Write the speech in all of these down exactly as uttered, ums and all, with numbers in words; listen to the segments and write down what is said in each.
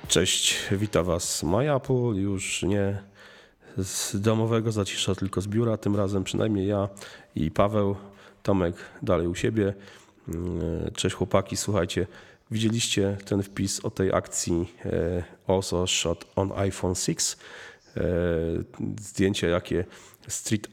Cześć, witam Was MyApple, już nie z domowego zacisza, tylko z biura, tym razem przynajmniej ja i Paweł, Tomek dalej u siebie. Cześć chłopaki, słuchajcie, widzieliście ten wpis o tej akcji Also Shot on iPhone six, zdjęcia jakie street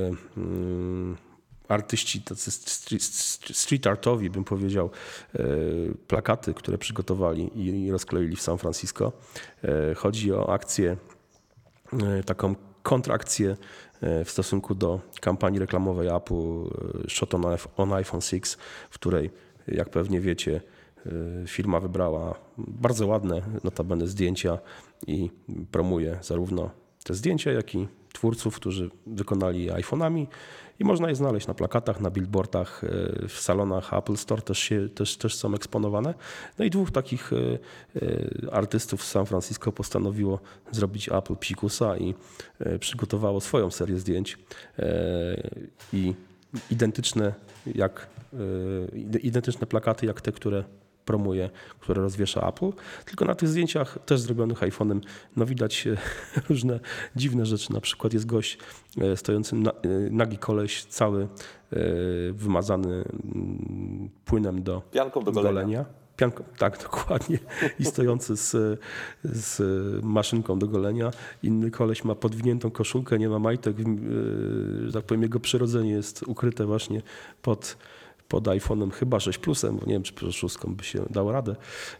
artyści, tacy street artowi, bym powiedział, plakaty, które przygotowali i rozkleili w San Francisco. Chodzi o akcję, taką kontrakcję w stosunku do kampanii reklamowej Apple Shot on iPhone six, w której, jak pewnie wiecie, firma wybrała bardzo ładne notabene zdjęcia i promuje zarówno te zdjęcia, jak i twórców, którzy wykonali je iPhone'ami i można je znaleźć na plakatach, na billboardach, w salonach Apple Store też, się, też, też są eksponowane. No i dwóch takich artystów z San Francisco postanowiło zrobić Apple psikusa i przygotowało swoją serię zdjęć i identyczne, jak, identyczne plakaty jak te, które promuje, które rozwiesza Apple, tylko na tych zdjęciach też zrobionych iPhone'em no widać różne dziwne rzeczy. Na przykład jest gość stojący nagi koleś, cały wymazany płynem do, Pianką do golenia. golenia. Pianką, tak, dokładnie. I stojący z, z maszynką do golenia. Inny koleś ma podwiniętą koszulkę, nie ma majtek, że tak powiem, jego przyrodzenie jest ukryte właśnie pod pod iPhone'em chyba sześć plusem, bo nie wiem, czy pod szóstką by się dało radę.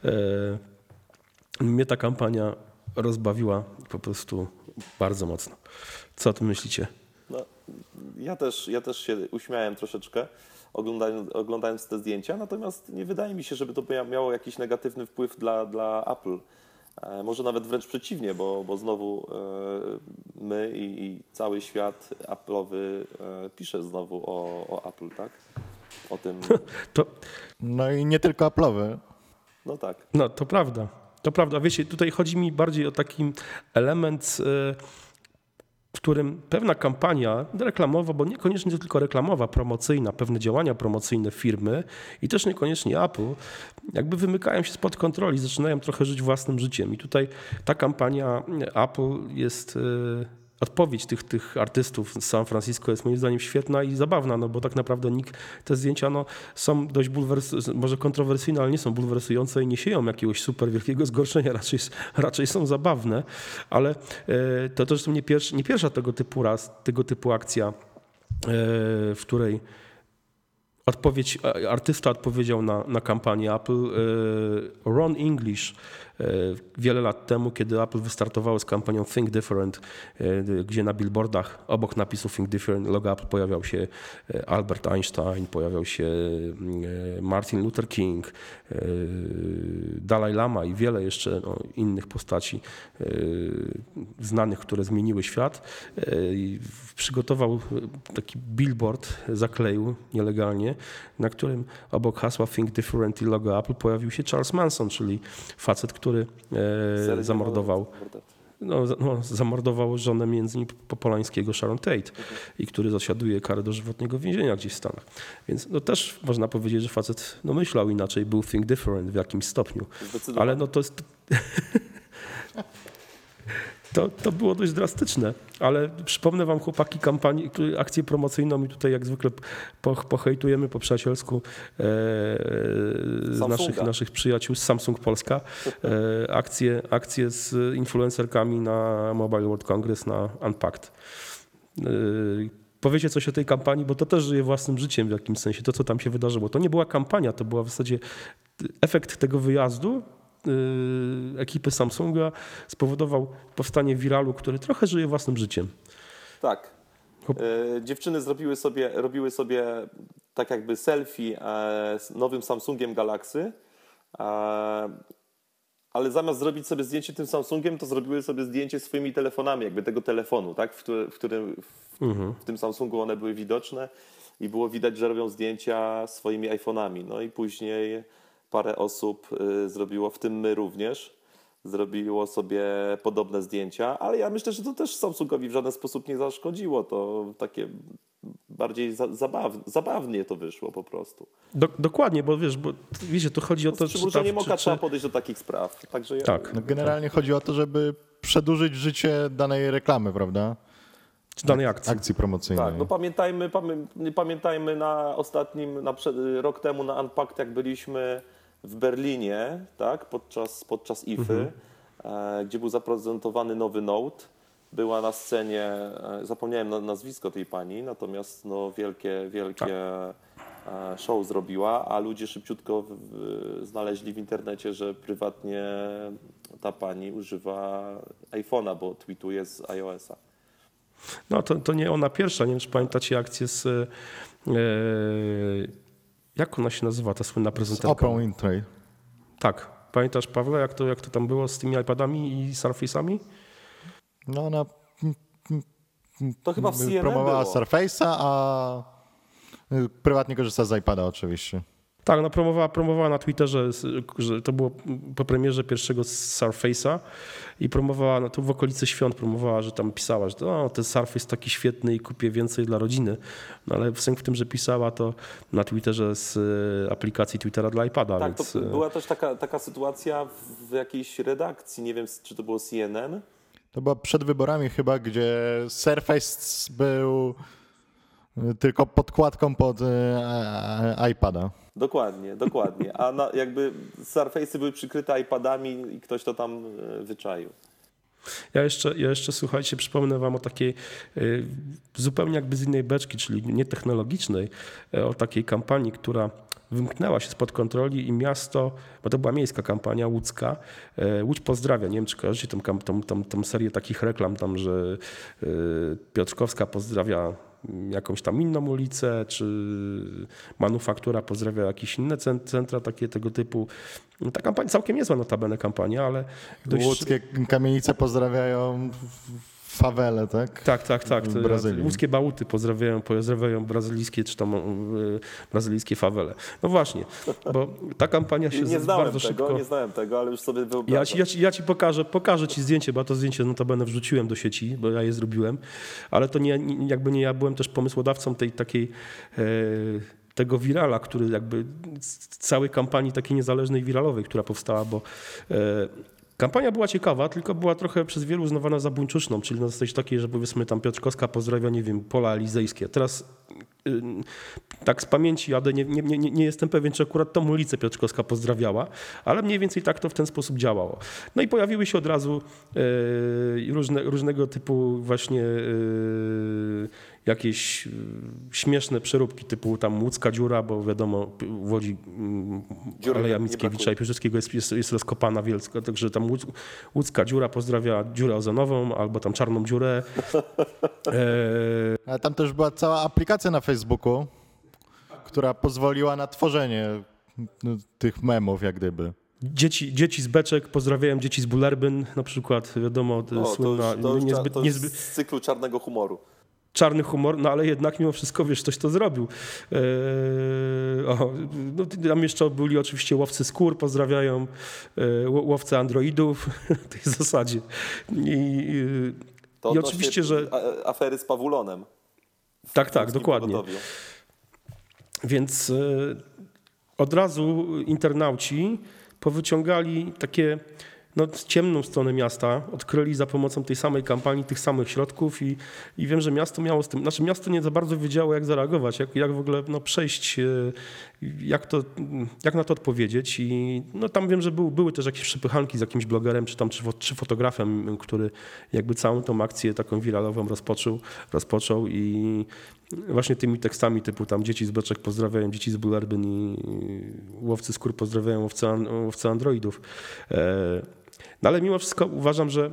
Mnie ta kampania rozbawiła po prostu bardzo mocno. Co o tym myślicie? No, ja też, ja też się uśmiałem troszeczkę oglądając, oglądając te zdjęcia, natomiast nie wydaje mi się, żeby to miało jakiś negatywny wpływ dla, dla Apple. Może nawet wręcz przeciwnie, bo, bo znowu my i, i cały świat Apple'owy pisze znowu o, o Apple, tak? O tym. To... No i nie tylko Apple'owy. No tak. No to prawda. To prawda. Wiecie, tutaj chodzi mi bardziej o taki element, w którym pewna kampania reklamowa, bo niekoniecznie tylko reklamowa, promocyjna, pewne działania promocyjne firmy i też niekoniecznie Apple, jakby wymykają się spod kontroli, zaczynają trochę żyć własnym życiem. I tutaj ta kampania Apple jest... Odpowiedź tych, tych artystów z San Francisco jest moim zdaniem świetna i zabawna, no bo tak naprawdę nikt, te zdjęcia no, są dość bulwers- może kontrowersyjne, ale nie są bulwersujące i nie sieją jakiegoś super wielkiego zgorszenia, raczej, raczej są zabawne, ale e, to też nie, pierwszy, nie pierwsza tego typu raz, tego typu akcja, e, w której odpowiedź, artysta odpowiedział na, na kampanię Apple. E, Ron English wiele lat temu, kiedy Apple wystartowało z kampanią Think Different, gdzie na billboardach obok napisu Think Different logo Apple pojawiał się Albert Einstein, pojawiał się Martin Luther King, Dalai Lama i wiele jeszcze no, innych postaci znanych, które zmieniły świat. Przygotował taki billboard, zakleił nielegalnie, na którym obok hasła Think Different i logo Apple pojawił się Charles Manson, czyli facet, który który e, zamordował, no, no, zamordował żonę między innymi Polańskiego Sharon Tate mhm. i który zasiaduje karę dożywotniego więzienia gdzieś w Stanach. Więc no, też można powiedzieć, że facet no, myślał inaczej, był think different w jakimś stopniu. Ale no to jest... To, to było dość drastyczne, ale przypomnę wam chłopaki kampanię, akcję promocyjną i tutaj jak zwykle po, pohejtujemy po przyjacielsku e, z naszych, naszych przyjaciół z Samsung Polska, e, akcję, akcję z influencerkami na Mobile World Congress, na Unpacked. E, Powiecie coś o tej kampanii, bo to też żyje własnym życiem w jakimś sensie, to co tam się wydarzyło. To nie była kampania, to była w zasadzie efekt tego wyjazdu ekipy Samsunga spowodował powstanie wiralu, który trochę żyje własnym życiem. Tak. E, dziewczyny zrobiły sobie, robiły sobie tak jakby selfie e, z nowym Samsungiem Galaxy, e, ale zamiast zrobić sobie zdjęcie tym Samsungiem, to zrobiły sobie zdjęcie swoimi telefonami, jakby tego telefonu, tak? w, który, w, którym, w, mhm. w tym Samsungu one były widoczne i było widać, że robią zdjęcia swoimi iPhone'ami. No i później parę osób y, zrobiło, w tym my również, zrobiło sobie podobne zdjęcia, ale ja myślę, że to też Samsungowi w żaden sposób nie zaszkodziło. To takie bardziej za, zabaw, zabawnie to wyszło po prostu. Do, dokładnie, bo wiesz, bo wiecie, tu chodzi o to, Z przywróceniem czy, oka czy, trzeba podejść do takich spraw. Także ja, tak, No generalnie chodzi o to, żeby przedłużyć życie danej reklamy, prawda? czy danej akcji. Akcji promocyjnej. tak, no pamiętajmy, pamię, pamiętajmy na ostatnim, na przed, rok temu na Unpacked, jak byliśmy w Berlinie, tak, podczas, podczas I F Y, mhm. e, gdzie był zaprezentowany nowy Note. Była na scenie, e, zapomniałem na, nazwisko tej pani, natomiast no, wielkie, wielkie tak. show zrobiła, a ludzie szybciutko w, w, znaleźli w internecie, że prywatnie ta pani używa iPhone'a, bo tweetuje z iOS-a. No to, to nie ona pierwsza, nie wiem, czy pamiętacie akcję z... E, jak ona się nazywa, ta słynna prezenterka? Z Oprah Winfrey. Tak. Pamiętasz, Pawle, jak to, jak to tam było z tymi iPadami i Surface'ami? No ona to chyba w C N N promowała było. Surface'a, a prywatnie korzysta z iPada oczywiście. Tak, no promowała, promowała na Twitterze, że to było po premierze pierwszego Surface'a i promowała, no to w okolicy świąt promowała, że tam pisała, że to, ten Surface taki świetny i kupię więcej dla rodziny. No ale sęk w tym, że pisała to na Twitterze z aplikacji Twittera dla iPada. Tak, więc... to była też taka, taka sytuacja w jakiejś redakcji, nie wiem, czy to było C N N. To była przed wyborami chyba, gdzie Surface był tylko podkładką pod iPada. Dokładnie, dokładnie. A na, jakby Surface'y były przykryte iPadami i ktoś to tam wyczaił. Ja jeszcze, ja jeszcze, słuchajcie, przypomnę wam o takiej y, zupełnie jakby z innej beczki, czyli nie technologicznej, y, o takiej kampanii, która wymknęła się spod kontroli i miasto, bo to była miejska kampania łódzka, y, Łódź pozdrawia, nie wiem czy kojarzycie tą, tą, tą, tą serię takich reklam tam, że y, Piotrkowska pozdrawia jakąś tam inną ulicę, czy manufaktura pozdrawia jakieś inne centra takie tego typu. Ta kampania całkiem niezła notabene kampania, ale dość... Łódzkie kamienice pozdrawiają fawele, tak? Tak, tak, tak. W Brazylii. Łódzkie bałuty pozdrawiają, pozdrawiają brazylijskie czy tam y, brazylijskie fawele. No właśnie, bo ta kampania się nie znałem bardzo tego, szybko... Nie znałem tego, ale już sobie wyobrażam. Ja ci, ja ci, ja ci pokażę, pokażę ci zdjęcie, bo ja to zdjęcie notabene wrzuciłem do sieci, bo ja je zrobiłem, ale to nie, nie jakby nie ja byłem też pomysłodawcą tej takiej... E, tego wirala, który jakby z całej kampanii takiej niezależnej wiralowej, która powstała, bo e, kampania była ciekawa, tylko była trochę przez wielu uznawana za buńczuczną, czyli na zasadzie takiej, że powiedzmy tam Piotrkowska pozdrawia, nie wiem, pola elizejskie. Teraz y, tak z pamięci jadę, nie, nie, nie, nie jestem pewien, czy akurat tą ulicę Piotrkowska pozdrawiała, ale mniej więcej tak to w ten sposób działało. No i pojawiły się od razu y, różne, różnego typu właśnie y, jakieś y, śmieszne przeróbki typu tam łódzka dziura, bo wiadomo w Łodzi Dziury Aleja nie Mickiewicza i Piłsudskiego jest, jest, jest rozkopana wielka, także tam łódz, łódzka dziura pozdrawia dziurę ozonową albo tam czarną dziurę. E... Ale tam też była cała aplikacja na Facebooku, która pozwoliła na tworzenie tych memów jak gdyby. Dzieci, dzieci z beczek pozdrawiają dzieci z Bullerbyn, na przykład, wiadomo, O, słynna, to już, to już, niezbyt, to już niezbyt, z cyklu czarnego humoru. czarny humor, no ale jednak mimo wszystko, wiesz, ktoś to zrobił. Eee, o, no, tam jeszcze byli oczywiście łowcy skór, pozdrawiają e, łowcy androidów w tej zasadzie. I, to i oczywiście, że... afery z Pawulonem. Tak, tak, dokładnie. Pogotowiu. Więc e, od razu internauci powyciągali takie no, ciemną stronę miasta, odkryli za pomocą tej samej kampanii, tych samych środków i, i wiem, że miasto miało z tym, znaczy miasto nie za bardzo wiedziało, jak zareagować, jak, jak w ogóle no, przejść, jak, to, jak na to odpowiedzieć i no, tam wiem, że był, były też jakieś przepychanki z jakimś blogerem czy tam czy, czy fotografem, który jakby całą tą akcję taką wiralową rozpoczął, rozpoczął i właśnie tymi tekstami typu tam dzieci z beczek pozdrawiają dzieci z Bullerbyn i łowcy skór pozdrawiają łowcy, łowcy androidów. No ale mimo wszystko uważam, że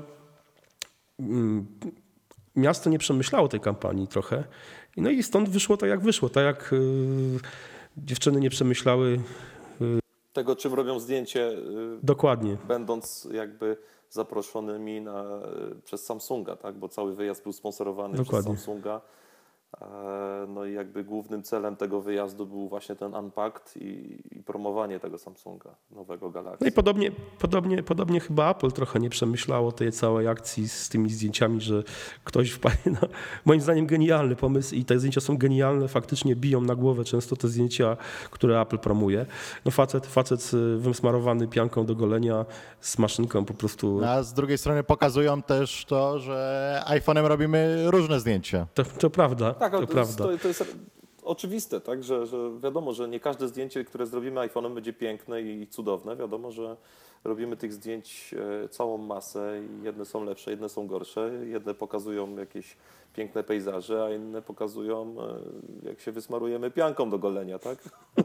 miasto nie przemyślało tej kampanii trochę. No i stąd wyszło tak, jak wyszło. Tak jak dziewczyny nie przemyślały tego, czym robią zdjęcie. Dokładnie. Będąc jakby zaproszonymi na, przez Samsunga, tak? Bo cały wyjazd był sponsorowany Dokładnie. przez Samsunga. No i jakby głównym celem tego wyjazdu był właśnie ten Unpacked i, i promowanie tego Samsunga, nowego Galaxy. No i podobnie, podobnie, podobnie chyba Apple trochę nie przemyślało tej całej akcji z tymi zdjęciami, że ktoś wpadnie na, moim zdaniem, genialny pomysł i te zdjęcia są genialne, faktycznie biją na głowę często te zdjęcia, które Apple promuje. No facet, facet wysmarowany pianką do golenia z maszynką po prostu. A z drugiej strony pokazują też to, że iPhone'em robimy różne zdjęcia. To, to prawda, Tak, to to, prawda. jest, to jest oczywiste, tak, że, że wiadomo, że nie każde zdjęcie, które zrobimy iPhone'em, będzie piękne i cudowne. Wiadomo, że robimy tych zdjęć całą masę i jedne są lepsze, jedne są gorsze. Jedne pokazują jakieś piękne pejzaże, a inne pokazują, jak się wysmarujemy pianką do golenia, tak?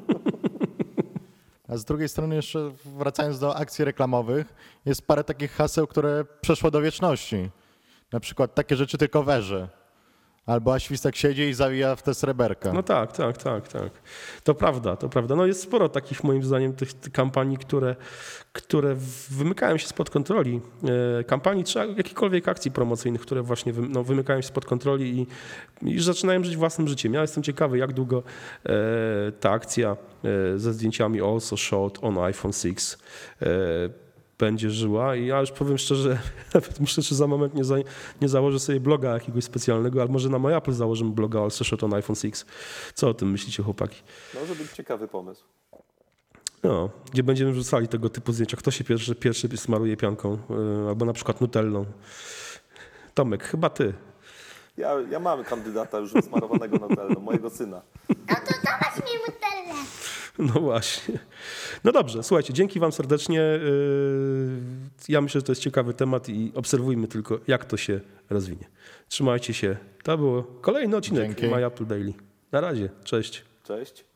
A z drugiej strony jeszcze wracając do akcji reklamowych, jest parę takich haseł, które przeszło do wieczności. Na przykład takie rzeczy tylko weże. Albo a świstak siedzi i zawija w te sreberka. No tak, tak, tak, tak. To prawda, to prawda. No jest sporo takich moim zdaniem tych kampanii, które, które wymykają się spod kontroli. E, kampanii czy jakichkolwiek akcji promocyjnych, które właśnie wy, no, wymykają się spod kontroli i, i zaczynają żyć własnym życiem. Ja jestem ciekawy, jak długo e, ta akcja e, ze zdjęciami also shot on iPhone six e, będzie żyła i ja już powiem szczerze, nawet myślę, że za moment nie, za, nie założę sobie bloga jakiegoś specjalnego, ale może na My Apple założymy bloga Also Shot on iPhone six. Co o tym myślicie, chłopaki? Może być ciekawy pomysł. No, gdzie będziemy wrzucali tego typu zdjęcia. Kto się pierwszy, pierwszy smaruje pianką, yy, albo na przykład nutellą. Tomek, chyba ty. Ja, ja mam kandydata już smarowanego nutellą, mojego syna. No to zobacz mi nutellę. No właśnie. No dobrze, słuchajcie, dzięki wam serdecznie. Ja myślę, że to jest ciekawy temat i obserwujmy tylko, jak to się rozwinie. Trzymajcie się. To był kolejny odcinek Dzięki. My Apple Daily. Na razie, cześć. Cześć.